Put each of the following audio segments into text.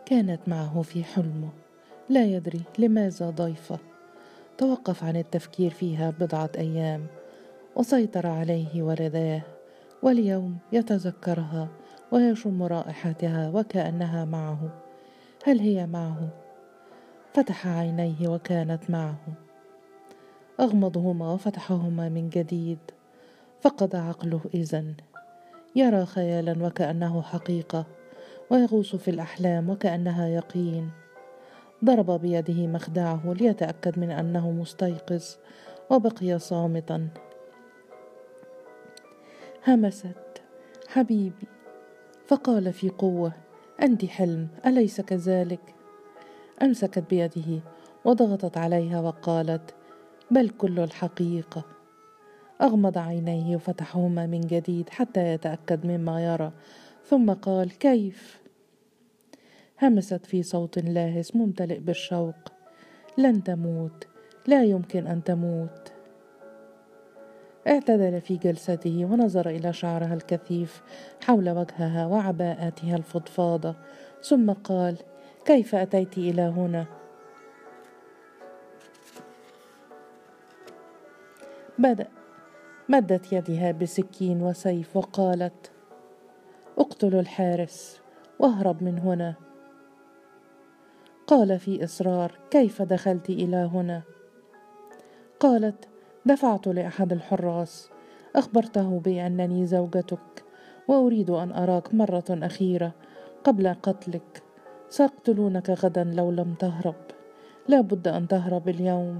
كانت معه في حلمه، لا يدري لماذا ضيفة. توقف عن التفكير فيها بضعة أيام وسيطر عليه ولداه، واليوم يتذكرها ويشم رائحتها وكأنها معه. هل هي معه؟ فتح عينيه وكانت معه. أغمضهما وفتحهما من جديد. فقد عقله إذن، يرى خيالا وكأنه حقيقة، ويغوص في الأحلام وكأنها يقين. ضرب بيده مخدعه ليتأكد من أنه مستيقظ، وبقي صامتا. همست: حبيبي. فقال في قوة: أنت حلم، أليس كذلك؟ أمسكت بيده وضغطت عليها وقالت: بل كل الحقيقة. أغمض عينيه وفتحهما من جديد حتى يتأكد مما يرى، ثم قال: كيف؟ همست في صوت لاهس ممتلئ بالشوق: لن تموت، لا يمكن أن تموت. اعتدل في جلسته ونظر إلى شعرها الكثيف حول وجهها وعباءتها الفضفاضة، ثم قال: كيف أتيت إلى هنا؟ مدت يدها بسكين وسيف وقالت: اقتل الحارس واهرب من هنا. قال في إصرار: كيف دخلت إلى هنا؟ قالت: دفعت لأحد الحراس، أخبرته بأنني زوجتك وأريد أن أراك مرة أخيرة قبل قتلك. سيقتلونك غدا لو لم تهرب، لا بد أن تهرب اليوم.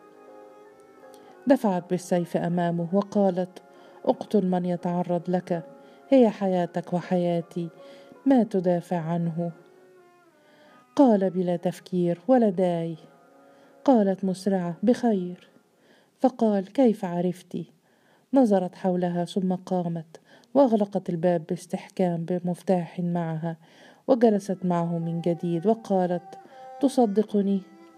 دفعت بالسيف أمامه وقالت: اقتل من يتعرض لك، هي حياتك وحياتي، ما تدافع عنه؟ قال بلا تفكير: ولا داعي. قالت مسرعة: بخير. فقال: كيف عرفتي؟ نظرت حولها ثم قامت وأغلقت الباب باستحكام بمفتاح معها، وجلست معه من جديد وقالت: تصدقني؟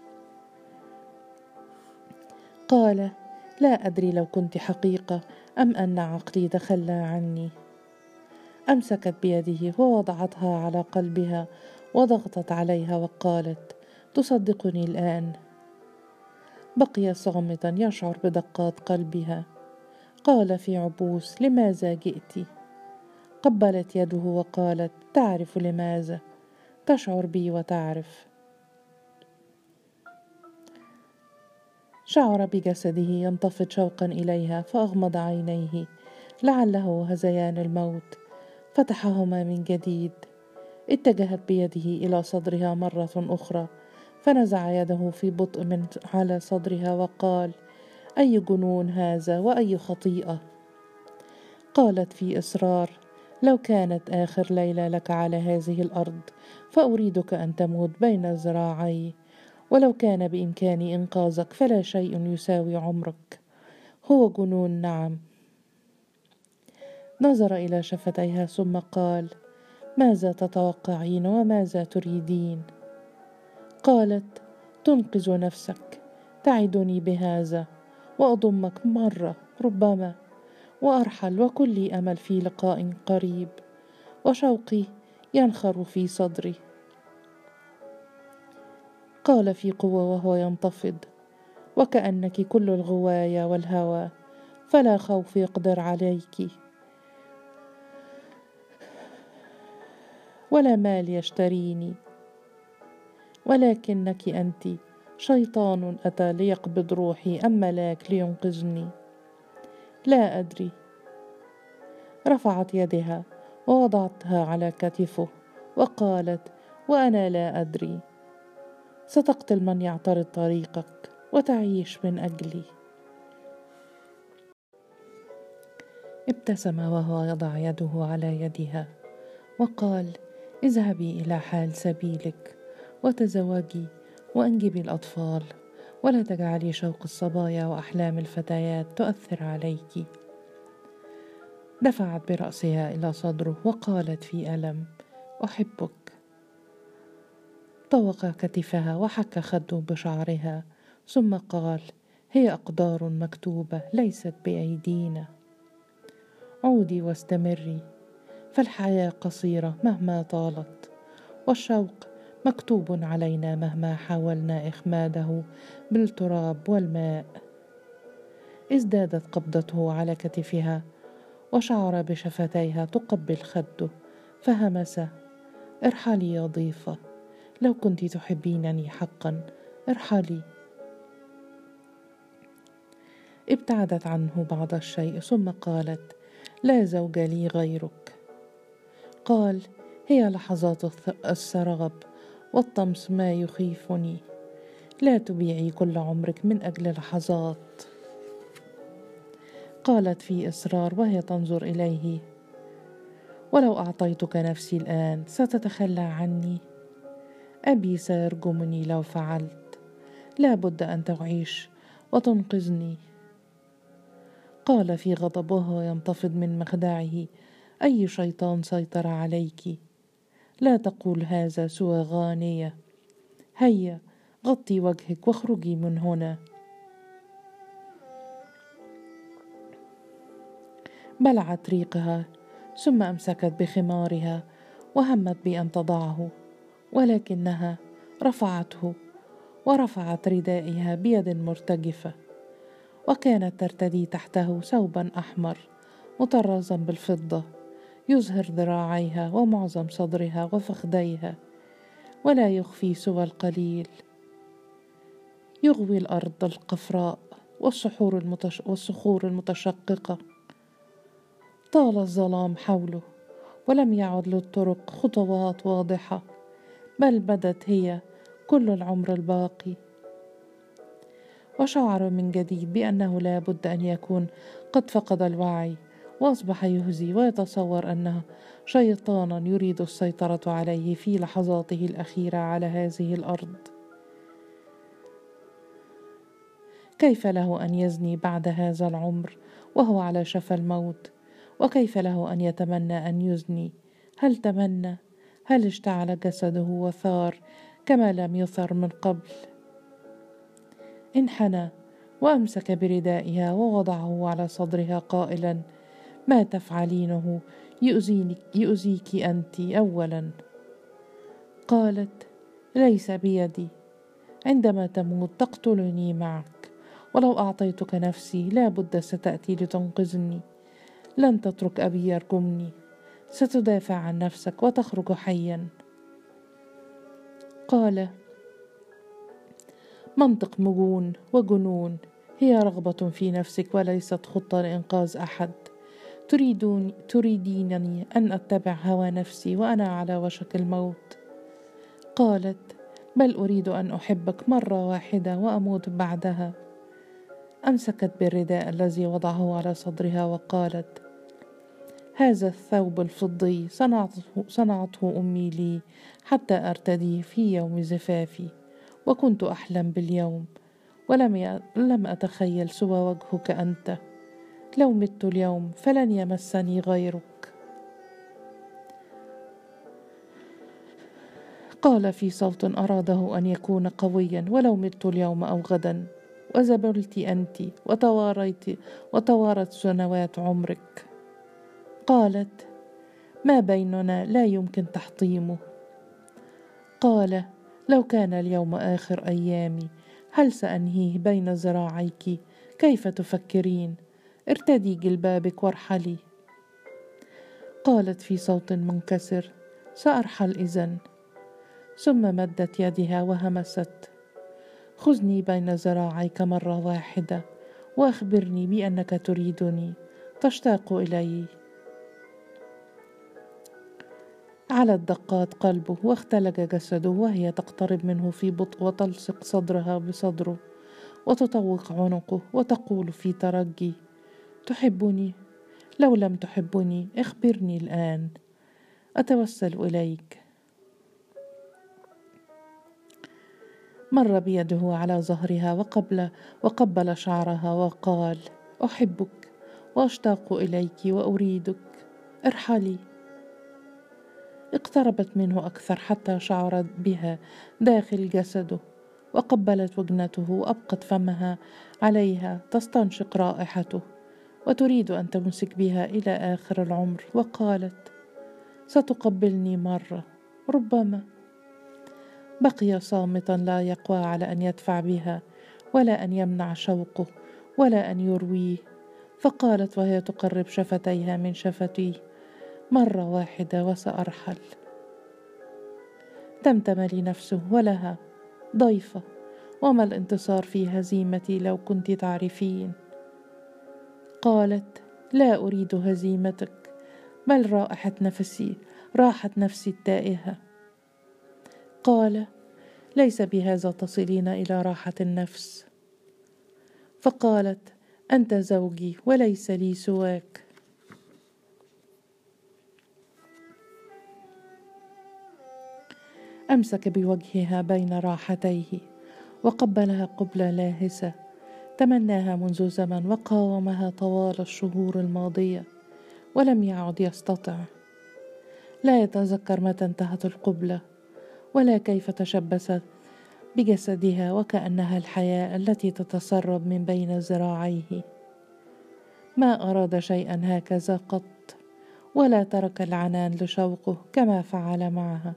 قال: لا أدري لو كنت حقيقة أم أن عقلي تخلى عني. أمسكت بيده ووضعتها على قلبها وضغطت عليها وقالت: تصدقني الآن؟ بقي صامتا يشعر بدقات قلبها. قال في عبوس: لماذا جئت؟ قبلت يده وقالت: تعرف لماذا، تشعر بي وتعرف. شعر بجسده ينتفض شوقا إليها فأغمض عينيه لعله هذيان الموت. فتحهما من جديد. اتجهت بيده إلى صدرها مرة أخرى، فنزع يده في بطء من على صدرها وقال: أي جنون هذا وأي خطيئة. قالت في إصرار: لو كانت آخر ليلة لك على هذه الأرض فأريدك أن تموت بين ذراعي، ولو كان بإمكاني إنقاذك فلا شيء يساوي عمرك. هو جنون، نعم. نظر إلى شفتيها ثم قال: ماذا تتوقعين وماذا تريدين؟ قالت: تنقذ نفسك، تعدني بهذا وأضمك مرة ربما، وأرحل وكن لي أمل في لقاء قريب، وشوقي ينخر في صدري. قال في قوة وهو ينتفض: وكأنك كل الغوايا والهوى، فلا خوف يقدر عليك، ولا مال يشتريني، ولكنك أنت شيطان أتى ليقبض روحي أم ملاك لينقذني؟ لا أدري. رفعت يدها ووضعتها على كتفه وقالت: وأنا لا أدري. ستقتل من يعترض طريقك وتعيش من أجلي. ابتسم وهو يضع يده على يدها وقال: اذهبي إلى حال سبيلك وتزوجي وأنجبي الأطفال، ولا تجعلي شوق الصبايا وأحلام الفتيات تؤثر عليك. دفعت برأسها إلى صدره وقالت في ألم: أحبك. طوق كتفها وحك خده بشعرها ثم قال: هي أقدار مكتوبة ليست بأيدينا. عودي واستمري، فالحياة قصيرة مهما طالت، والشوق مكتوب علينا مهما حاولنا إخماده بالتراب والماء. ازدادت قبضته على كتفها وشعر بشفتيها تقبل خده، فهمس: ارحلي يا ضيفة، لو كنت تحبينني حقا ارحلي. ابتعدت عنه بعض الشيء ثم قالت: لا زوج لي غيرك. قال: هي لحظات السراب والطمس ما يخيفني، لا تبيعي كل عمرك من أجل لحظات. قالت في إصرار وهي تنظر إليه: ولو أعطيتك نفسي الآن ستتخلى عني؟ أبي سيرجمني لو فعلت، لا بد أن تعيش وتنقذني. قال في غضب وهو ينتفض من مخدعه: أي شيطان سيطر عليك؟ لا تقول هذا سوى غانية، هيا غطي وجهك واخرجي من هنا. بلعت ريقها ثم أمسكت بخمارها وهمت بأن تضعه، ولكنها رفعته ورفعت ردائها بيد مرتجفة، وكانت ترتدي تحته ثوبا أحمر مطرزا بالفضة يظهر ذراعيها ومعظم صدرها وفخذيها، ولا يخفي سوى القليل. يغوي الأرض القفراء والصخور المتشققة. طال الظلام حوله ولم يعد للطرق خطوات واضحة، بل بدت هي كل العمر الباقي. وشعر من جديد بأنه لا بد أن يكون قد فقد الوعي، وأصبح يهزي ويتصور أنه شيطانا يريد السيطرة عليه في لحظاته الأخيرة على هذه الأرض. كيف له أن يزني بعد هذا العمر وهو على شفا الموت؟ وكيف له أن يتمنى أن يزني؟ هل تمنى؟ هل اشتعل جسده وثار كما لم يثر من قبل؟ انحنى وأمسك بردائها ووضعه على صدرها قائلا: ما تفعلينه يؤذيك أنت أولا. قالت: ليس بيدي، عندما تموت تقتلني معك، ولو أعطيتك نفسي لا بد ستأتي لتنقذني. لن تترك أبي يرجمني، ستدافع عن نفسك وتخرج حيا. قال: منطق مجون وجنون، هي رغبة في نفسك وليست خطة لإنقاذ أحد. تريدينني أن أتبع هوى نفسي وأنا على وشك الموت. قالت: بل أريد أن أحبك مرة واحدة وأموت بعدها. أمسكت بالرداء الذي وضعه على صدرها وقالت: هذا الثوب الفضي صنعته أمي لي حتى أرتديه في يوم زفافي، وكنت أحلم باليوم ولم أتخيل سوى وجهك أنت. لو مت اليوم فلن يمسني غيرك. قال في صوت أراده أن يكون قويا: ولو مت اليوم أو غدا، وزبلت أنت وتوارت سنوات عمرك. قالت: ما بيننا لا يمكن تحطيمه. قال: لو كان اليوم آخر أيامي هل سأنهيه بين ذراعيك؟ كيف تفكرين؟ ارتدي جلبابك وارحلي. قالت في صوت منكسر: سأرحل إذن. ثم مدت يدها وهمست: خذني بين ذراعيك مرة واحدة وأخبرني بأنك تريدني، تشتاق إلي. علت دقات قلبه واختلج جسده وهي تقترب منه في بطء وتلصق صدرها بصدره وتطوق عنقه وتقول في ترجي: تحبني؟ لو لم تحبني اخبرني الآن، أتوسل إليك. مر بيده على ظهرها وقبل شعرها وقال: أحبك وأشتاق إليك وأريدك، ارحلي. اقتربت منه أكثر حتى شعرت بها داخل جسده، وقبلت وجنته وأبقت فمها عليها تستنشق رائحته وتريد أن تمسك بها إلى آخر العمر. وقالت: ستقبلني مرة ربما. بقي صامتا لا يقوى على أن يدفع بها ولا أن يمنع شوقه ولا أن يرويه. فقالت وهي تقرب شفتيها من شفتيه: مرة واحدة وسأرحل. تمتملي نفسه ولها: ضيفة، وما الانتصار في هزيمتي لو كنت تعرفين؟ قالت: لا أريد هزيمتك، بل راحة نفسي التائهة. قال: ليس بهذا تصلين إلى راحة النفس. فقالت: أنت زوجي وليس لي سواك. أمسك بوجهها بين راحتيه وقبلها قبلة لاهسة تمناها منذ زمن وقاومها طوال الشهور الماضية ولم يعد يستطع. لا يتذكر متى انتهت القبلة ولا كيف تشبثت بجسدها وكأنها الحياة التي تتسرب من بين ذراعيه. ما أراد شيئا هكذا قط، ولا ترك العنان لشوقه كما فعل معها.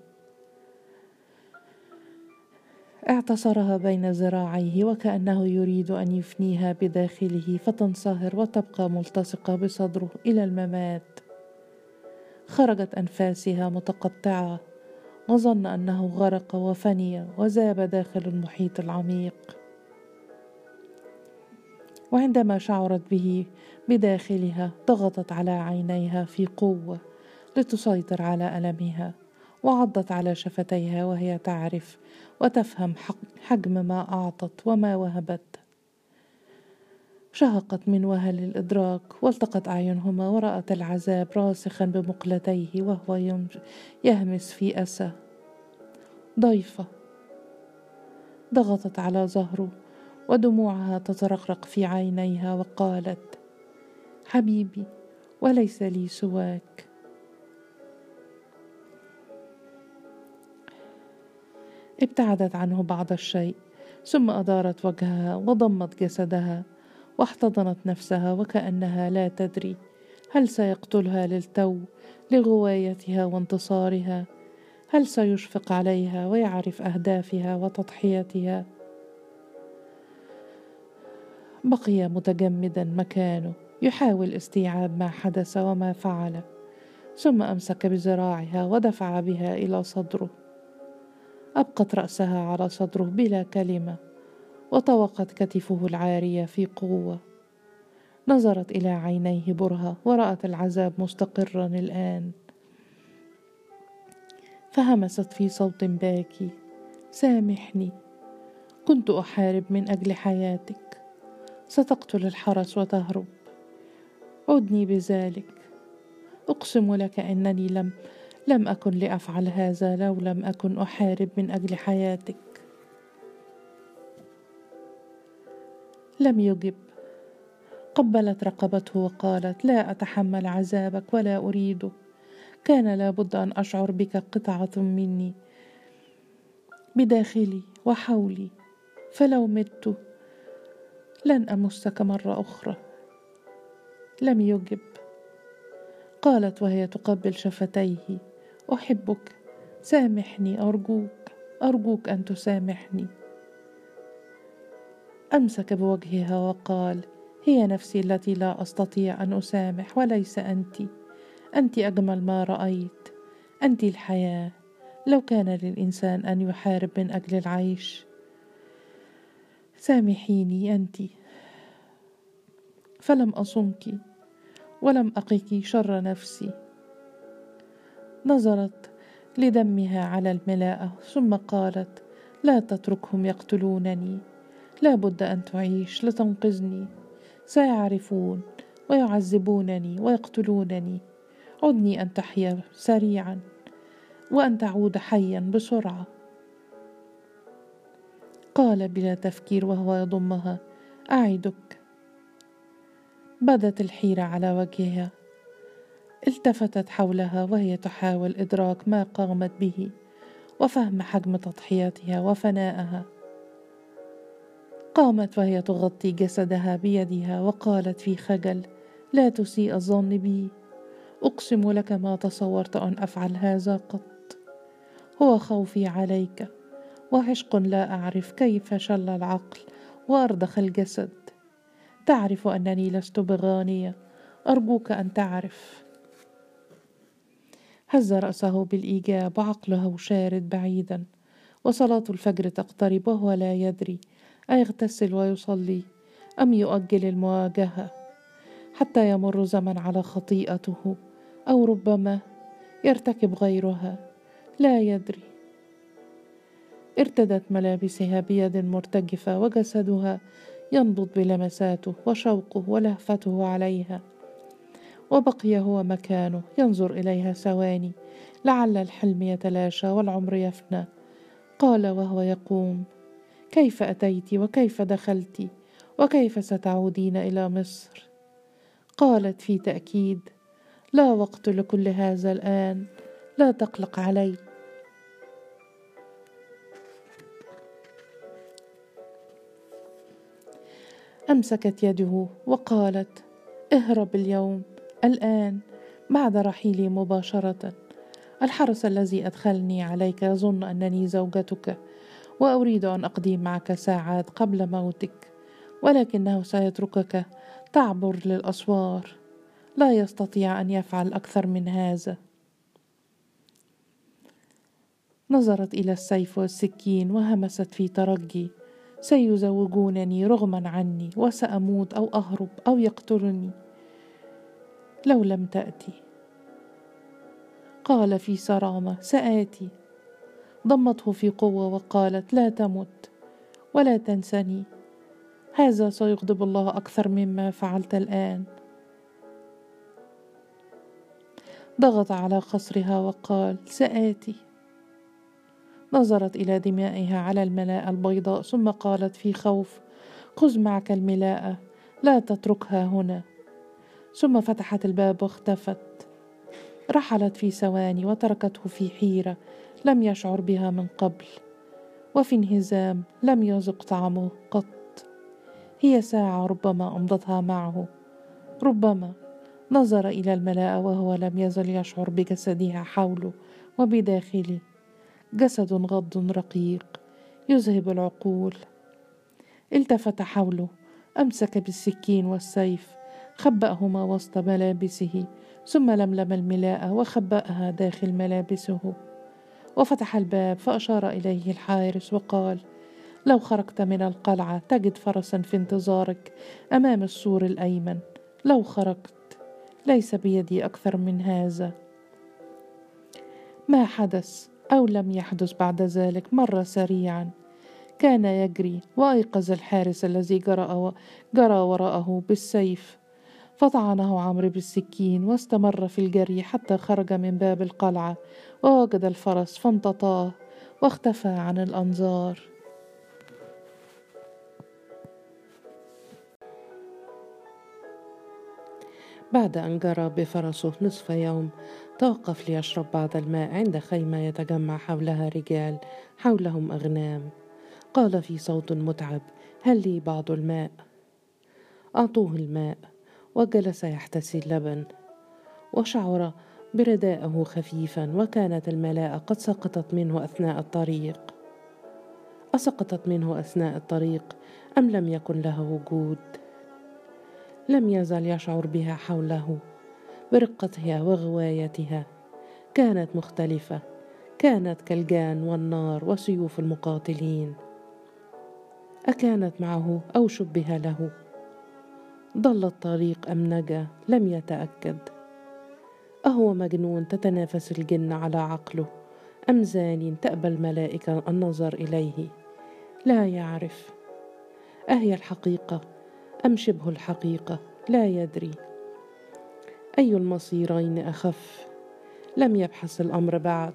اعتصرها بين ذراعيه وكأنه يريد أن يفنيها بداخله فتنصهر وتبقى ملتصقة بصدره إلى الممات. خرجت أنفاسها متقطعة وظن أنه غرق وفني وذاب داخل المحيط العميق. وعندما شعرت به بداخلها ضغطت على عينيها في قوة لتسيطر على ألمها، وعضت على شفتيها وهي تعرف وتفهم حجم ما أعطت وما وهبت. شهقت من وهل الإدراك والتقت أعينهما ورأت العذاب راسخا بمقلتيه وهو يهمس في أسى. ضيفة. ضغطت على ظهره ودموعها تترقرق في عينيها وقالت: حبيبي وليس لي سواك. ابتعدت عنه بعض الشيء ثم أدارت وجهها وضمت جسدها واحتضنت نفسها وكأنها لا تدري هل سيقتلها للتو لغوايتها وانتصارها، هل سيشفق عليها ويعرف أهدافها وتضحيتها. بقي متجمدا مكانه يحاول استيعاب ما حدث وما فعل، ثم أمسك بذراعها ودفع بها إلى صدره. أبقت رأسها على صدره بلا كلمة وطوقت كتفه العارية في قوة. نظرت إلى عينيه برهة ورأت العذاب مستقرا الآن، فهمست في صوت باكي: سامحني، كنت أحارب من أجل حياتك، ستقتل الحرس وتهرب، عدني بذلك، أقسم لك أنني لم أكن لأفعل هذا لو لم أكن أحارب من أجل حياتك. لم يجب. قبلت رقبته وقالت: لا أتحمل عذابك ولا أريده، كان لابد أن أشعر بك قطعة مني بداخلي وحولي، فلو مت لن أمسك مرة أخرى. لم يجب. قالت وهي تقبل شفتيه: أحبك، سامحني، أرجوك أن تسامحني. أمسك بوجهها وقال: هي نفسي التي لا أستطيع أن أسامح وليس أنت أجمل ما رأيت، أنت الحياة. لو كان للإنسان أن يحارب من أجل العيش، سامحيني أنت، فلم أصنك ولم أقك شر نفسي. نظرت لدمها على الملاءة ثم قالت: لا تتركهم يقتلونني، لا بد أن تعيش لتنقذني، سيعرفون ويعذبونني ويقتلونني، عدني أن تحيا سريعا وأن تعود حيا بسرعة. قال بلا تفكير وهو يضمها: أعدك. بدت الحيرة على وجهها، التفتت حولها وهي تحاول إدراك ما قامت به وفهم حجم تضحيتها وفنائها. قامت وهي تغطي جسدها بيدها وقالت في خجل: لا تسيء الظن بي، أقسم لك ما تصورت أن أفعل هذا قط، هو خوفي عليك وعشق لا أعرف كيف شل العقل وأرضخ الجسد. تعرف أنني لست بغانية، أرجوك أن تعرف. هز رأسه بالإيجاب وعقله شارد بعيدا، وصلاة الفجر تقترب وهو لا يدري أيغتسل ويصلي أم يؤجل المواجهة حتى يمر زمن على خطيئته، أو ربما يرتكب غيرها، لا يدري. ارتدت ملابسها بيد مرتجفة وجسدها ينبض بلمساته وشوقه ولهفته عليها، وبقي هو مكانه ينظر إليها ثواني لعل الحلم يتلاشى والعمر يفنى. قال وهو يقوم: كيف أتيت وكيف دخلت وكيف ستعودين إلى مصر؟ قالت في تأكيد: لا وقت لكل هذا الآن، لا تقلق علي. أمسكت يده وقالت: اهرب اليوم، الآن، بعد رحيلي مباشرة. الحرس الذي أدخلني عليك يظن أنني زوجتك، وأريد أن أقضي معك ساعات قبل موتك، ولكنه سيتركك تعبر للأسوار، لا يستطيع أن يفعل أكثر من هذا. نظرت إلى السيف والسكين وهمست في ترجي: سيزوجونني رغما عني، وسأموت أو أهرب أو يقتلني لو لم تأتي. قال في صرامة: سآتي. ضمته في قوة وقالت: لا تمت ولا تنسني، هذا سيغضب الله أكثر مما فعلت الآن. ضغط على خصرها وقال: سآتي. نظرت إلى دمائها على الملاءة البيضاء ثم قالت في خوف: خذ معك الملاءة، لا تتركها هنا. ثم فتحت الباب واختفت. رحلت في ثواني وتركته في حيرة لم يشعر بها من قبل، وفي انهزام لم يذق طعمه قط. هي ساعة ربما أمضتها معه، ربما. نظر إلى الملاءة وهو لم يزل يشعر بجسدها حوله وبداخله، جسد غض رقيق يذهب العقول. التفت حوله، أمسك بالسكين والسيف، خبأهما وسط ملابسه، ثم لملم الملاءة وخبأها داخل ملابسه، وفتح الباب فأشار إليه الحارس وقال: لو خرجت من القلعة تجد فرسا في انتظارك أمام السور الأيمن. لو خرجت، ليس بيدي أكثر من هذا. ما حدث أو لم يحدث بعد ذلك مر سريعا. كان يجري، وأيقظ الحارس الذي جرى وراءه بالسيف، فطعنه عمرو بالسكين، واستمر في الجري حتى خرج من باب القلعة ووجد الفرس فامتطاه واختفى عن الأنظار. بعد أن جرى بفرسه نصف يوم، توقف ليشرب بعض الماء عند خيمة يتجمع حولها رجال، حولهم أغنام. قال في صوت متعب: هل لي بعض الماء؟ أعطوه الماء، وجلس يحتسي اللبن، وشعر برداءه خفيفا، وكانت الملاءة قد سقطت منه أثناء الطريق. أسقطت منه أثناء الطريق أم لم يكن له وجود؟ لم يزل يشعر بها حوله، برقتها وغوايتها. كانت مختلفة، كانت كالجان والنار وسيوف المقاتلين. أكانت معه أو شبه له؟ ضل الطريق أم نجا؟ لم يتأكد. أهو مجنون تتنافس الجن على عقله، أم زان تأبى الملائكة النظر إليه؟ لا يعرف. أهي الحقيقة أم شبه الحقيقة؟ لا يدري. أي المصيرين أخف؟ لم يبحث الأمر بعد.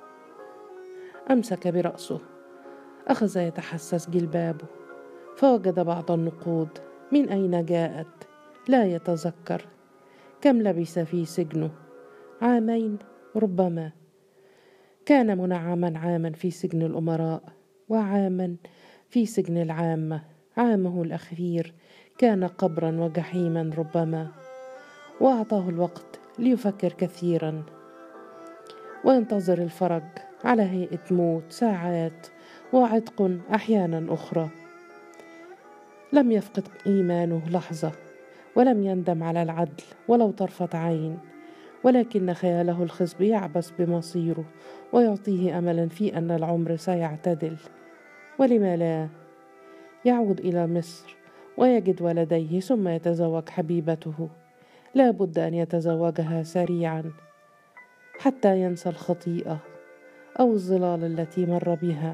أمسك برأسه، أخذ يتحسس جلبابه، فوجد بعض النقود. من أين جاءت؟ لا يتذكر. كم لبث في سجنه؟ 2 عام ربما. كان منعما عاما في سجن الأمراء، وعاما في سجن العامة. عامه الأخير كان قبرا وجحيما ربما. وأعطاه الوقت ليفكر كثيرا وينتظر الفرج على هيئة موت ساعات، وعتق أحيانا أخرى. لم يفقد إيمانه لحظة، ولم يندم على العدل ولو طرفة عين، ولكن خياله الخصب يعبث بمصيره ويعطيه أملا في أن العمر سيعتدل. ولما لا يعود إلى مصر ويجد ولديه ثم يتزوج حبيبته؟ لا بد أن يتزوجها سريعا حتى ينسى الخطيئة أو الظلال التي مر بها.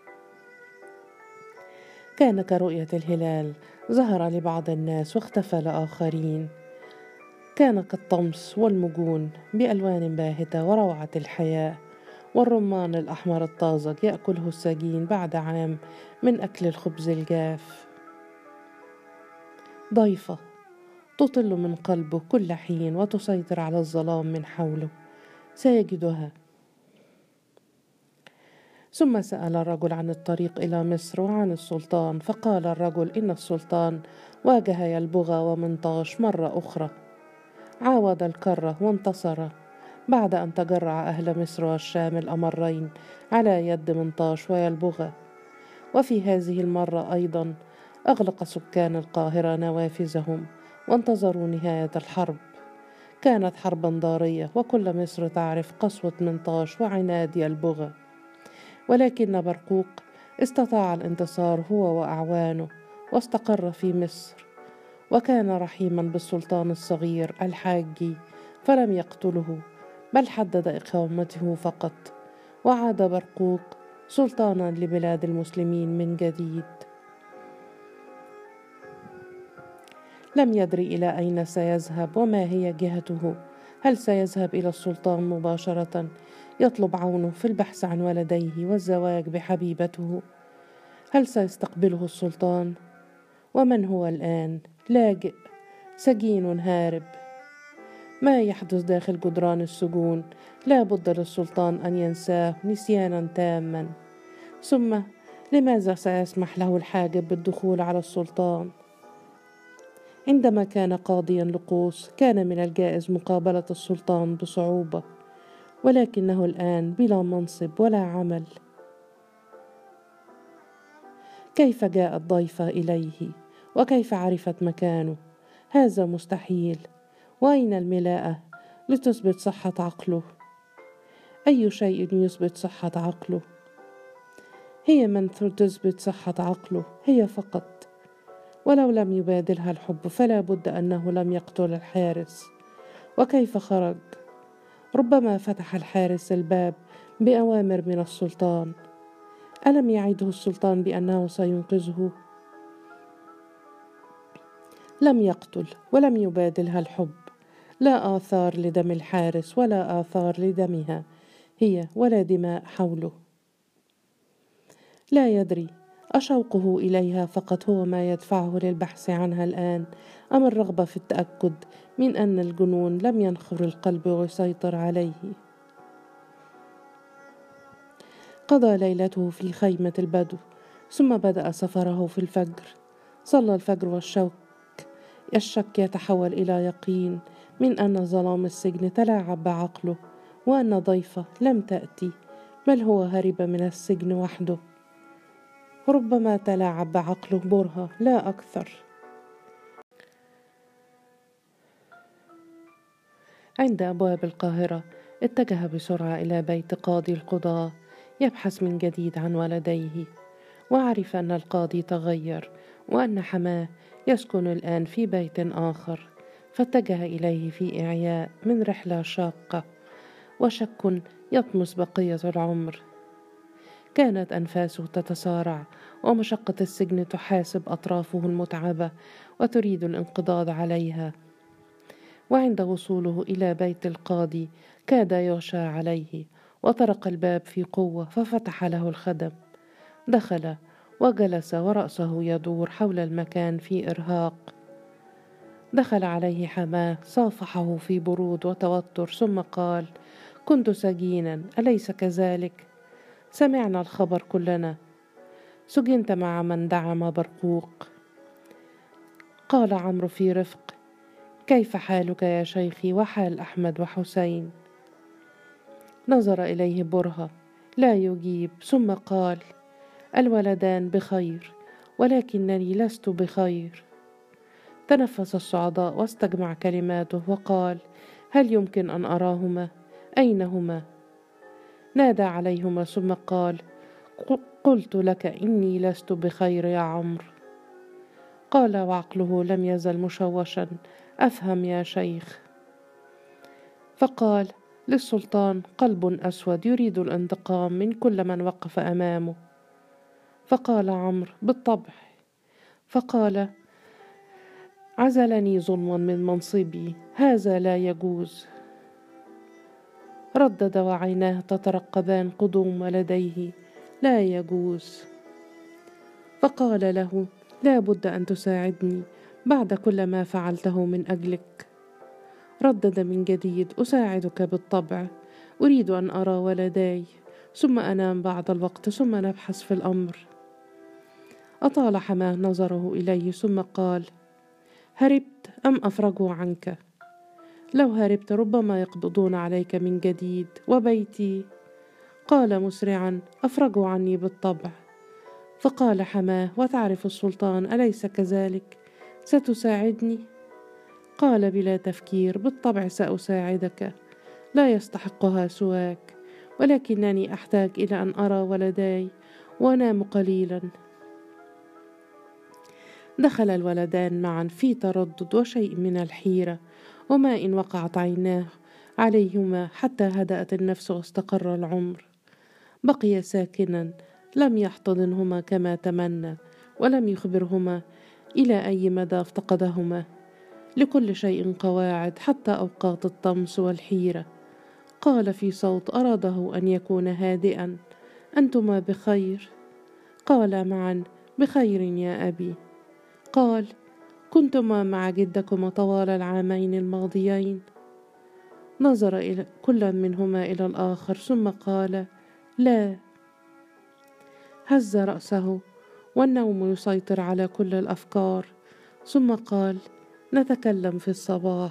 كان كرؤية الهلال، ظهر لبعض الناس واختفى لآخرين. كان كالطمس والمجون بألوان باهتة وروعة الحياة، والرمان الأحمر الطازج يأكله السجين بعد عام من أكل الخبز الجاف. ضيفة تطل من قلبه كل حين وتسيطر على الظلام من حوله، سيجدها. ثم سأل الرجل عن الطريق إلى مصر وعن السلطان، فقال الرجل إن السلطان واجه يلبغى ومنطاش مرة أخرى، عاود الكرة وانتصر بعد أن تجرع أهل مصر والشام الأمرين على يد منطاش ويلبغى. وفي هذه المرة أيضا أغلق سكان القاهرة نوافذهم وانتظروا نهاية الحرب. كانت حربا ضارية، وكل مصر تعرف قسوة منطاش وعناد يلبغى، ولكن برقوق استطاع الانتصار هو وأعوانه واستقر في مصر، وكان رحيما بالسلطان الصغير الحاجي فلم يقتله بل حدد إقامته فقط، وعاد برقوق سلطانا لبلاد المسلمين من جديد. لم يدري إلى أين سيذهب وما هي جهته. هل سيذهب إلى السلطان مباشرة يطلب عونه في البحث عن ولديه والزواج بحبيبته؟ هل سيستقبله السلطان؟ ومن هو الآن؟ لاجئ، سجين هارب. ما يحدث داخل جدران السجون لا بد للسلطان أن ينساه نسيانا تاما. ثم لماذا سيسمح له الحاجب بالدخول على السلطان؟ عندما كان قاضيا لقوس كان من الجائز مقابلة السلطان بصعوبة، ولكنه الآن بلا منصب ولا عمل. كيف جاءت ضيفة إليه؟ وكيف عرفت مكانه؟ هذا مستحيل. وأين الملاءة لتثبت صحة عقله؟ أي شيء يثبت صحة عقله؟ هي من تثبت صحة عقله، هي فقط. ولو لم يبادلها الحب فلا بد أنه لم يقتل الحارس. وكيف خرج؟ ربما فتح الحارس الباب بأوامر من السلطان. ألم يعده السلطان بأنه سينقذه؟ لم يقتل ولم يبادلها الحب. لا آثار لدم الحارس ولا آثار لدمها هي ولا دماء حوله. لا يدري أشوقه إليها فقط هو ما يدفعه للبحث عنها الآن، أم الرغبة في التأكد من أن الجنون لم ينخر القلب ويسيطر عليه. قضى ليلته في خيمة البدو، ثم بدأ سفره في الفجر. صلى الفجر الشك يتحول إلى يقين من أن ظلام السجن تلاعب بعقله، وأن ضيفة لم تأتي بل هو هرب من السجن وحده. ربما تلاعب بعقله برهة لا أكثر. عند أبواب القاهرة اتجه بسرعة إلى بيت قاضي القضاة يبحث من جديد عن ولديه، وعرف أن القاضي تغير وأن حماه يسكن الآن في بيت آخر، فاتجه إليه في إعياء من رحلة شاقة وشك يطمس بقية العمر. كانت أنفاسه تتسارع ومشقة السجن تحاسب أطرافه المتعبة وتريد الانقضاض عليها. وعند وصوله إلى بيت القاضي كاد يغشى عليه، وطرق الباب في قوة ففتح له الخدم. دخل وجلس ورأسه يدور حول المكان في إرهاق. دخل عليه حماه صافحه في برود وتوتر ثم قال: كنت سجينا أليس كذلك؟ سمعنا الخبر كلنا، سجنت مع من دعم برقوق. قال عمرو في رفق: كيف حالك يا شيخي وحال أحمد وحسين؟ نظر إليه برهة لا يجيب، ثم قال: الولدان بخير، ولكنني لست بخير. تنفس الصعداء واستجمع كلماته وقال: هل يمكن أن أراهما؟ أين هما؟ نادى عليهما ثم قال: قلت لك إني لست بخير يا عمرو. قال وعقله لم يزل مشوشا: أفهم يا شيخ. فقال للسلطان قلب أسود يريد الانتقام من كل من وقف أمامه. فقال عمرو: بالطبع. فقال: عزلني ظلما من منصبي، هذا لا يجوز. ردد وعيناه تترقبان قدوم ولديه: لا يجوز. فقال له: لا بد أن تساعدني بعد كل ما فعلته من أجلك. ردد من جديد: أساعدك بالطبع، أريد أن أرى ولداي، ثم أنام بعض الوقت، ثم نبحث في الأمر. أطال حماه نظره إليه ثم قال: هربت أم أفرجوا عنك؟ لو هربت ربما يقبضون عليك من جديد، وبيتي. قال مسرعا: أفرجوا عني بالطبع. فقال حماه: وتعرف السلطان أليس كذلك؟ ستساعدني؟ قال بلا تفكير: بالطبع سأساعدك، لا يستحقها سواك، ولكنني أحتاج إلى أن أرى ولداي وأنام قليلا. دخل الولدان معا في تردد وشيء من الحيرة، وما إن وقعت عيناه عليهما حتى هدأت النفس واستقر العمر. بقي ساكنا، لم يحتضنهما كما تمنى، ولم يخبرهما إلى أي مدى افتقدهما. لكل شيء قواعد، حتى أوقات الطمس والحيرة. قال في صوت أراده أن يكون هادئا: أنتما بخير؟ قال معا: بخير يا أبي. قال: كنتما مع جدكما طوال العامين الماضيين؟ نظر إلى كل منهما إلى الآخر ثم قال: لا. هز رأسه والنوم يسيطر على كل الأفكار، ثم قال: نتكلم في الصباح.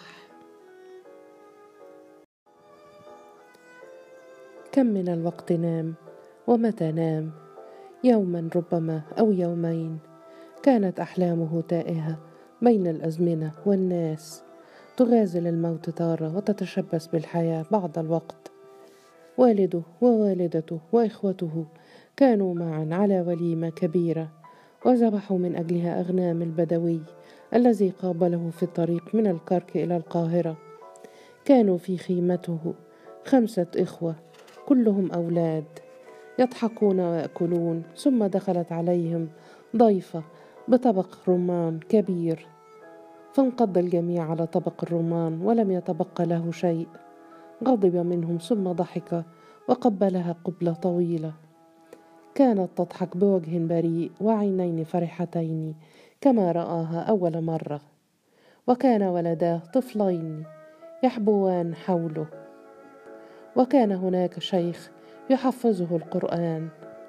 كم من الوقت نام، ومتى نام؟ يوما ربما، أو يومين. كانت أحلامه تائهة بين الأزمنة والناس، تغازل الموت تارة وتتشبث بالحياة بعض الوقت. والده ووالدته وإخوته كانوا معا على وليمة كبيرة، وذبحوا من أجلها أغنام البدوي الذي قابله في الطريق من الكرك إلى القاهرة. كانوا في خيمته 5 إخوة، كلهم أولاد، يضحكون ويأكلون. ثم دخلت عليهم ضيفة بطبق رمان كبير، فانقض الجميع على طبق الرمان ولم يتبق له شيء. غضب منهم ثم ضحك وقبلها قبلة طويلة. كانت تضحك بوجه بريء وعينين فرحتين كما رآها أول مرة. وكان ولداه طفلين يحبوان حوله، وكان هناك شيخ يحفظه القرآن،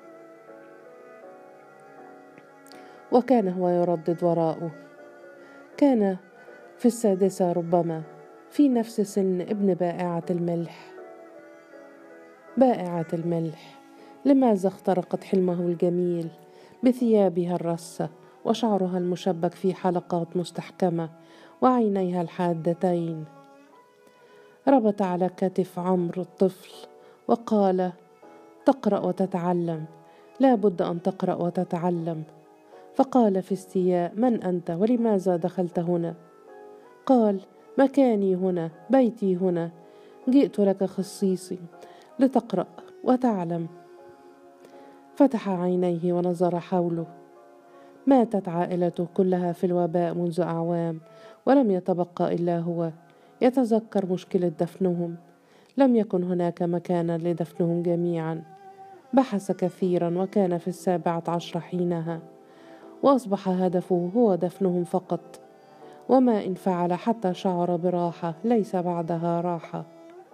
وكان هو يردد وراءه. كان في 6 ربما، في نفس سن ابن بائعة الملح. بائعة الملح، لماذا اخترقت حلمه الجميل بثيابها الرصة وشعرها المشبك في حلقات مستحكمة وعينيها الحادتين؟ ربط على كتف عمرو الطفل وقال: تقرأ وتتعلم، لا بد أن تقرأ وتتعلم. فقال في استياء: من أنت ولماذا دخلت هنا؟ قال: مكاني هنا، بيتي هنا، جئت لك خصيصي لتقرأ وتعلم. فتح عينيه ونظر حوله. ماتت عائلته كلها في الوباء منذ أعوام، ولم يتبقى إلا هو. يتذكر مشكلة دفنهم، لم يكن هناك مكانا لدفنهم جميعا. بحث كثيرا وكان في 17 حينها، وأصبح هدفه هو دفنهم فقط، وما إن فعل حتى شعر براحة ليس بعدها راحة.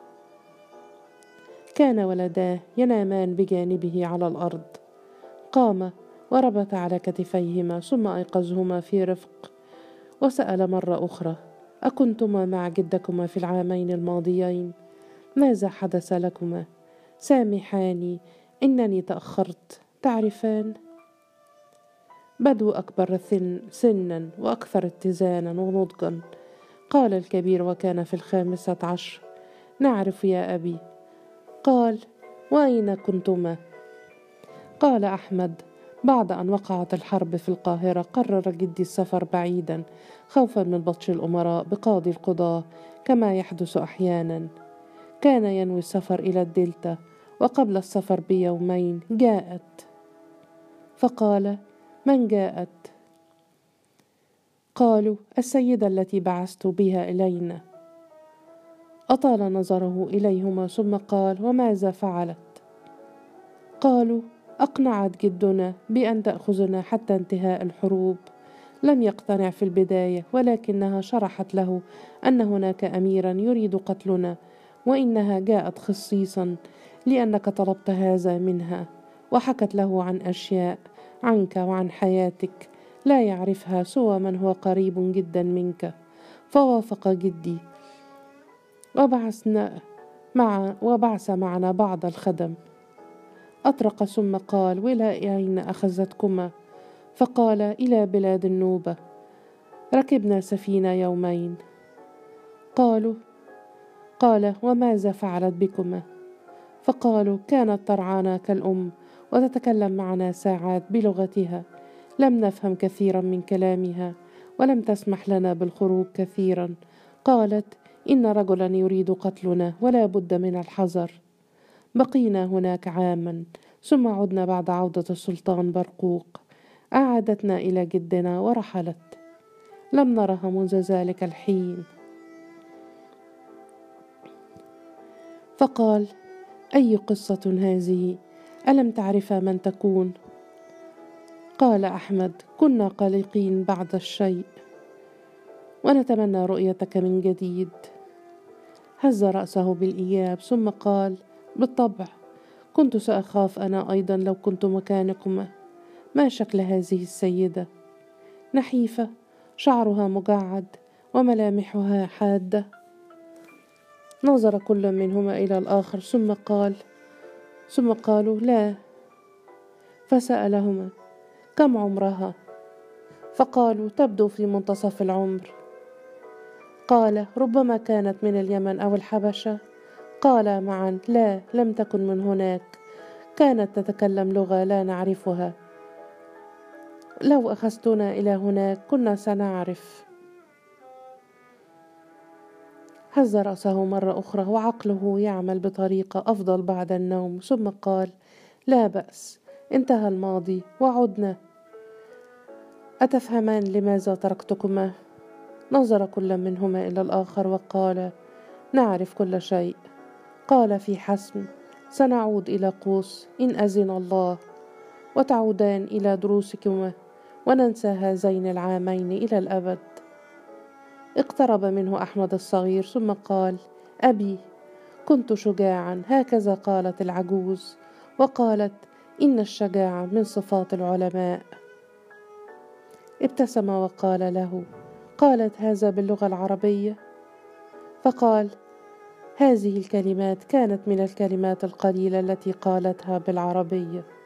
كان ولداه ينامان بجانبه على الأرض. قام وربط على كتفيهما ثم أيقظهما في رفق، وسأل مرة أخرى: أكنتما مع جدكما في العامين الماضيين؟ ماذا حدث لكما؟ سامحاني إنني تأخرت، تعرفان. بدو أكبر سنا وأكثر اتزانا ونضجا. قال الكبير وكان في 15: نعرف يا أبي. قال: وأين كنتما؟ قال أحمد: بعد أن وقعت الحرب في القاهرة قرر جدي السفر بعيدا خوفا من بطش الأمراء بقاضي القضاة كما يحدث أحيانا. كان ينوي السفر إلى الدلتا، وقبل السفر بيومين جاءت. فقال: من جاءت؟ قالوا: السيدة التي بعثت بها إلينا. أطال نظره إليهما ثم قال: وماذا فعلت؟ قالوا: أقنعت جدنا بأن تأخذنا حتى انتهاء الحروب. لم يقتنع في البداية، ولكنها شرحت له أن هناك أميرا يريد قتلنا، وإنها جاءت خصيصا لأنك طلبت هذا منها، وحكت له عن أشياء عنك وعن حياتك لا يعرفها سوى من هو قريب جدا منك. فوافق جدي وبعث معنا بعض الخدم. أطرق ثم قال: وإلى أين أخذتكما؟ فقال: إلى بلاد النوبة. ركبنا سفينة يومين. قال: وماذا فعلت بكما؟ فقالوا: كانت ترعانا كالأم وتتكلم معنا ساعات بلغتها، لم نفهم كثيرا من كلامها ولم تسمح لنا بالخروج كثيرا. قالت: إن رجلا يريد قتلنا ولا بد من الحذر. بقينا هناك عاما، ثم عدنا بعد عودة السلطان برقوق. أعادتنا إلى جدنا ورحلت. لم نرها منذ ذلك الحين. فقال: أي قصة هذه؟ ألم تعرف من تكون؟ قال أحمد: كنا قلقين بعض الشيء ونتمنى رؤيتك من جديد. هز رأسه بالإياب ثم قال: بالطبع، كنت سأخاف أنا أيضا لو كنت مكانكما. ما شكل هذه السيدة؟ نحيفة، شعرها مجعد وملامحها حادة. نظر كل منهما إلى الآخر ثم قالوا: لا. فسألهما: كم عمرها؟ فقالوا: تبدو في منتصف العمر. قال: ربما كانت من اليمن أو الحبشة. قالا معا: لا، لم تكن من هناك، كانت تتكلم لغة لا نعرفها. لو أخذتنا إلى هناك كنا سنعرف. هز رأسه مرة أخرى وعقله يعمل بطريقة أفضل بعد النوم، ثم قال: لا بأس، انتهى الماضي وعدنا. أتفهمان لماذا تركتكما؟ نظر كل منهما إلى الآخر وقال: نعرف كل شيء. قال في حسم: سنعود إلى قوس إن أذن الله، وتعودان إلى دروسكما، وننسى هذين العامين إلى الأبد. اقترب منه أحمد الصغير ثم قال: أبي، كنت شجاعا، هكذا قالت العجوز، وقالت: إن الشجاعة من صفات العلماء. ابتسم وقال له: قالت هذا باللغة العربية؟ فقال: هذه الكلمات كانت من الكلمات القليلة التي قالتها بالعربية.